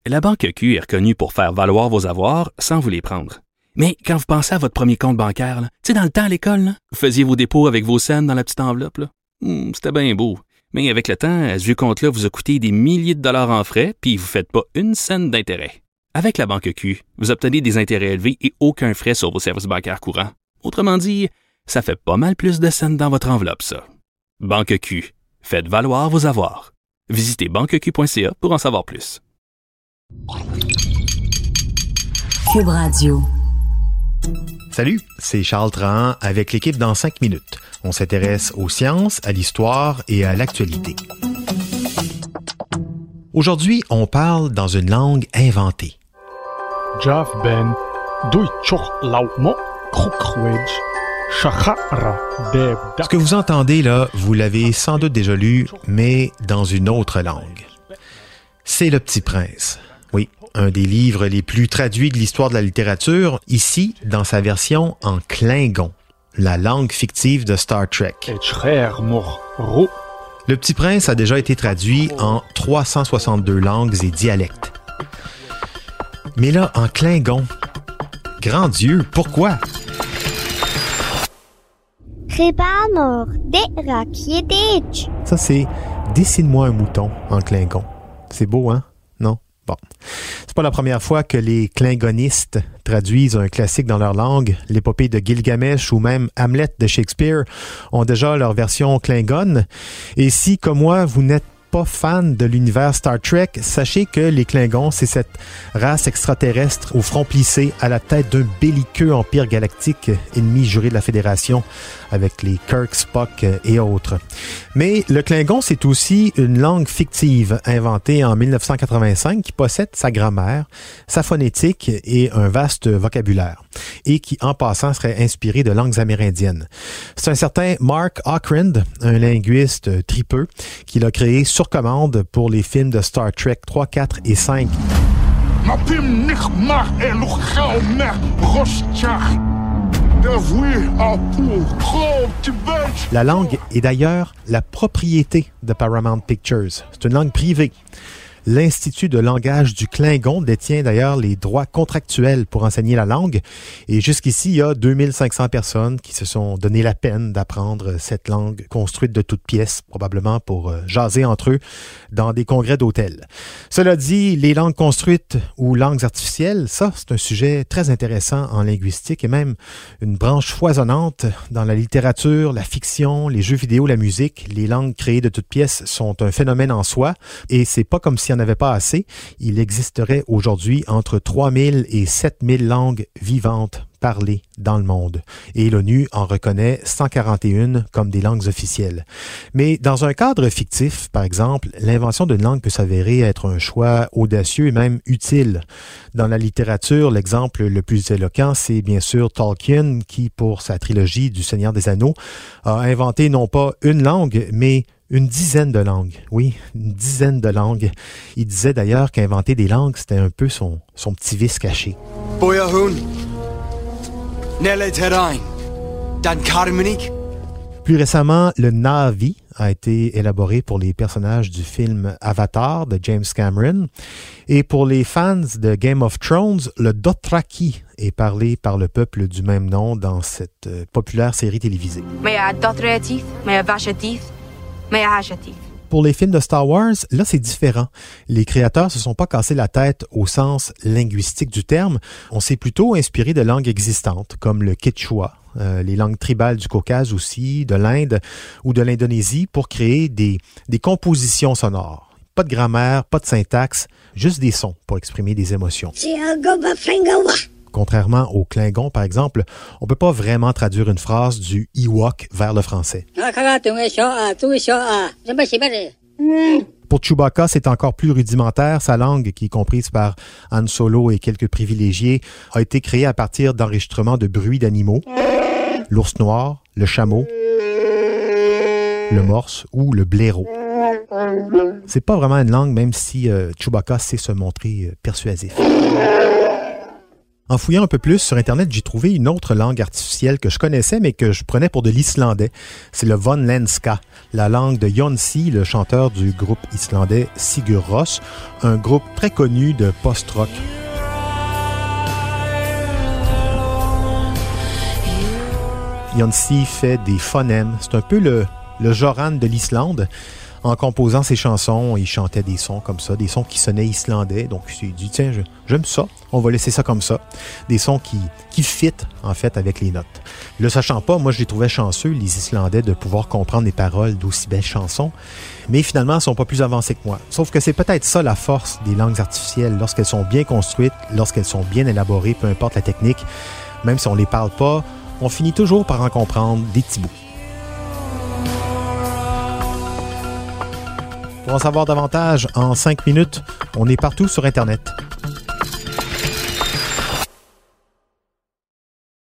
La Banque Q est reconnue pour faire valoir vos avoirs sans vous les prendre. Mais quand vous pensez à votre premier compte bancaire, tu sais, dans le temps à l'école, là, vous faisiez vos dépôts avec vos scènes dans la petite enveloppe. Là. C'était bien beau. Mais avec le temps, ce vieux compte-là vous a coûté des milliers de dollars en frais, puis vous ne faites pas une scène d'intérêt. Avec la Banque Q, vous obtenez des intérêts élevés et aucun frais sur vos services bancaires courants. Autrement dit, ça fait pas mal plus de scènes dans votre enveloppe, ça. Banque Q. Faites valoir vos avoirs. Visitez banqueq.ca pour en savoir plus. Cube Radio. Salut, c'est Charles Trahan avec l'équipe dans 5 minutes. On s'intéresse aux sciences, à l'histoire et à l'actualité. Aujourd'hui, on parle dans une langue inventée. Ce que vous entendez là, vous l'avez sans doute déjà lu, mais dans une autre langue. C'est Le Petit Prince. Oui, un des livres les plus traduits de l'histoire de la littérature, ici dans sa version en Klingon, la langue fictive de Star Trek. Le Petit Prince a déjà été traduit en 362 langues et dialectes. Mais là, en Klingon, grand Dieu, pourquoi? Ça, c'est « Dessine-moi un mouton » en Klingon. C'est beau, hein? Non? Bon. C'est pas la première fois que les klingonistes traduisent un classique dans leur langue. L'épopée de Gilgamesh ou même Hamlet de Shakespeare ont déjà leur version klingonne. Et si, comme moi, vous n'êtes pas fan de l'univers Star Trek, sachez que les Klingons, c'est cette race extraterrestre au front plissé à la tête d'un belliqueux empire galactique, ennemi juré de la Fédération, avec les Kirk, Spock et autres. Mais le Klingon, c'est aussi une langue fictive inventée en 1985 qui possède sa grammaire, sa phonétique et un vaste vocabulaire, et qui, en passant, serait inspiré de langues amérindiennes. C'est un certain Mark Okrand, un linguiste tripeux, qui l'a créé sur commande pour les films de Star Trek 3, 4 et 5. La langue est d'ailleurs la propriété de Paramount Pictures. C'est une langue privée. L'Institut de langage du Klingon détient d'ailleurs les droits contractuels pour enseigner la langue. Et jusqu'ici, il y a 2500 personnes qui se sont donné la peine d'apprendre cette langue construite de toutes pièces, probablement pour jaser entre eux dans des congrès d'hôtels. Cela dit, les langues construites ou langues artificielles, ça, c'est un sujet très intéressant en linguistique et même une branche foisonnante dans la littérature, la fiction, les jeux vidéo, la musique. Les langues créées de toutes pièces sont un phénomène en soi et c'est pas comme si il n'y en avait pas assez, il existerait aujourd'hui entre 3000 et 7000 langues vivantes parlées dans le monde. Et l'ONU en reconnaît 141 comme des langues officielles. Mais dans un cadre fictif, par exemple, l'invention d'une langue peut s'avérer être un choix audacieux et même utile. Dans la littérature, l'exemple le plus éloquent, c'est bien sûr Tolkien, qui, pour sa trilogie du Seigneur des Anneaux, a inventé non pas une langue, mais une dizaine de langues. Oui, une dizaine de langues. Il disait d'ailleurs qu'inventer des langues, c'était un peu son petit vice caché. Plus récemment, le Na'vi a été élaboré pour les personnages du film Avatar de James Cameron. Et pour les fans de Game of Thrones, le Dothraki est parlé par le peuple du même nom dans cette populaire série télévisée. Pour les films de Star Wars, là, c'est différent. Les créateurs se sont pas cassés la tête au sens linguistique du terme. On s'est plutôt inspiré de langues existantes, comme le Quechua, les langues tribales du Caucase aussi, de l'Inde ou de l'Indonésie, pour créer des compositions sonores. Pas de grammaire, pas de syntaxe, juste des sons pour exprimer des émotions. Contrairement au Klingon, par exemple, on ne peut pas vraiment traduire une phrase du Ewok vers le français. Pour Chewbacca, c'est encore plus rudimentaire. Sa langue, qui est comprise par Han Solo et quelques privilégiés, a été créée à partir d'enregistrements de bruits d'animaux. L'ours noir, le chameau, le morse ou le blaireau. C'est pas vraiment une langue, même si Chewbacca sait se montrer persuasif. En fouillant un peu plus sur Internet, j'ai trouvé une autre langue artificielle que je connaissais, mais que je prenais pour de l'islandais. C'est le vonlenska, la langue de Jónsi, le chanteur du groupe islandais Sigur Rós, un groupe très connu de post-rock. Jónsi fait des phonèmes. C'est un peu le Joran de l'Islande. En composant ses chansons, il chantait des sons comme ça, des sons qui sonnaient islandais. Donc, il s'est dit, tiens, j'aime ça, on va laisser ça comme ça. Des sons qui fit, en fait, avec les notes. Le sachant pas, moi, je les trouvais chanceux, les Islandais, de pouvoir comprendre les paroles d'aussi belles chansons. Mais finalement, ils sont pas plus avancés que moi. Sauf que c'est peut-être ça la force des langues artificielles. Lorsqu'elles sont bien construites, lorsqu'elles sont bien élaborées, peu importe la technique, même si on les parle pas, on finit toujours par en comprendre des petits bouts. Pour en savoir davantage, en 5 minutes, on est partout sur Internet.